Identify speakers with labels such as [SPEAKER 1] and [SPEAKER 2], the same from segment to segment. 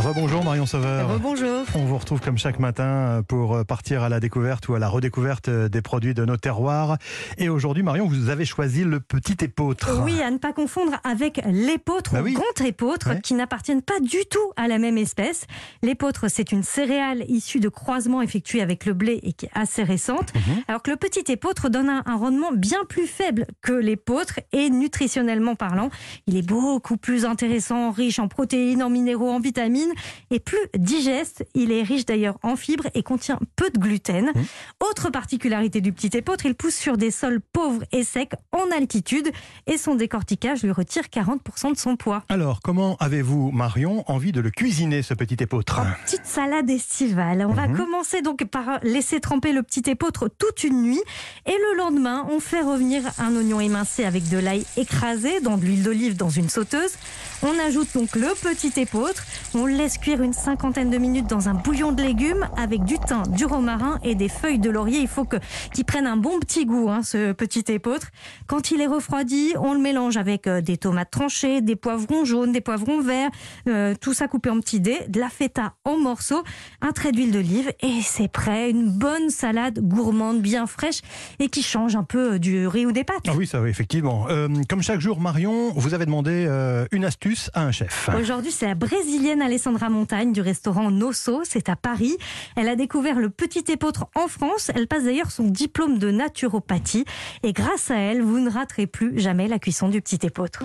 [SPEAKER 1] Rebonjour Marion Sauveur.
[SPEAKER 2] Rebonjour.
[SPEAKER 1] On vous retrouve comme chaque matin pour partir à la découverte ou à la redécouverte des produits de nos terroirs. Et aujourd'hui, Marion, vous avez choisi le petit épeautre.
[SPEAKER 2] Oui, à ne pas confondre avec l'épeautre ou contre-épeautre, qui n'appartiennent pas du tout à la même espèce. L'épeautre, c'est une céréale issue de croisements effectués avec le blé et qui est assez récente. Alors que le petit épeautre donne un rendement bien plus faible que l'épeautre et nutritionnellement parlant, il est beaucoup plus intéressant, riche en protéines, en minéraux, en vitamines et plus digeste. Il est riche d'ailleurs en fibres et contient peu de gluten. Autre particularité du petit épeautre, il pousse sur des sols pauvres et secs en altitude et son décortiquage lui retire 40% de son poids.
[SPEAKER 1] Alors, comment avez-vous, Marion, envie de le cuisiner, ce petit épeautre?
[SPEAKER 2] En petite salade estivale. On va commencer donc par laisser tremper le petit épeautre toute une nuit et le lendemain, on fait revenir un oignon émincé avec de l'ail écrasé dans de l'huile d'olive dans une sauteuse. On ajoute donc le petit épeautre. On le laisse cuire une 50aine de minutes dans un bouillon de légumes avec du thym, du romarin et des feuilles de laurier. Il faut qu'il prenne un bon petit goût, ce petit épeautre. Quand il est refroidi, on le mélange avec des tomates tranchées, des poivrons jaunes, des poivrons verts, tout ça coupé en petits dés, de la feta en morceaux, un trait d'huile d'olive et c'est prêt. Une bonne salade gourmande, bien fraîche et qui change un peu du riz ou des pâtes.
[SPEAKER 1] Ah oui, ça oui, effectivement. Comme chaque jour, Marion, vous avez demandé une astuce à un chef.
[SPEAKER 2] Aujourd'hui, c'est la brésilienne Alessandra Montagne du restaurant Nosso, c'est à Paris. Elle a découvert le petit épeautre en France. Elle passe d'ailleurs son diplôme de naturopathie. Et grâce à elle, vous ne raterez plus jamais la cuisson du petit épeautre.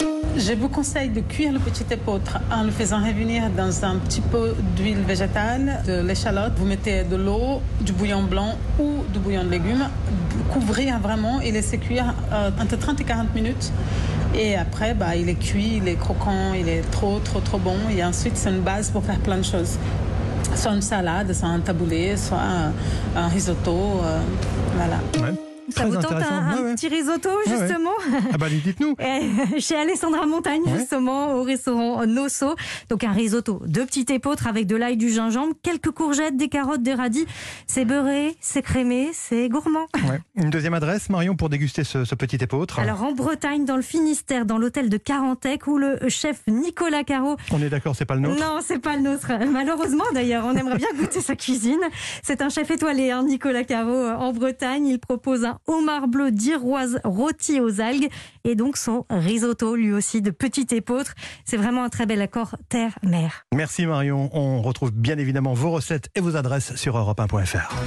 [SPEAKER 3] Je vous conseille de cuire le petit épeautre en le faisant revenir dans un petit peu d'huile végétale, de l'échalote. Vous mettez de l'eau, du bouillon blanc ou du bouillon de légumes. Couvrir vraiment et laisser cuire entre 30 et 40 minutes. Et après, il est cuit, il est croquant, il est trop bon. Et ensuite, c'est une base pour faire plein de choses. Soit une salade, soit un taboulé, soit un risotto. Voilà.
[SPEAKER 1] Ouais.
[SPEAKER 2] Ça vous tente un petit risotto, justement?
[SPEAKER 1] Ah bah, dites-nous.
[SPEAKER 2] Chez Alessandra Montagne, justement, au restaurant Nosso. Donc, un risotto de petit épeautre avec de l'ail, du gingembre, quelques courgettes, des carottes, des radis. C'est beurré, c'est crémé, c'est gourmand.
[SPEAKER 1] Ouais. Une deuxième adresse, Marion, pour déguster ce petit épeautre?
[SPEAKER 2] Alors, en Bretagne, dans le Finistère, dans l'hôtel de Carantec, où le chef Nicolas Caro...
[SPEAKER 1] On est d'accord, c'est pas le nôtre?
[SPEAKER 2] Non, c'est pas le nôtre. Malheureusement, d'ailleurs, on aimerait bien goûter sa cuisine. C'est un chef étoilé, Nicolas Caro, en Bretagne. Il propose un homard bleu d'Iroise rôti aux algues et donc son risotto, lui aussi, de petit épeautre. C'est vraiment un très bel accord terre-mer.
[SPEAKER 1] Merci Marion. On retrouve bien évidemment vos recettes et vos adresses sur europe1.fr.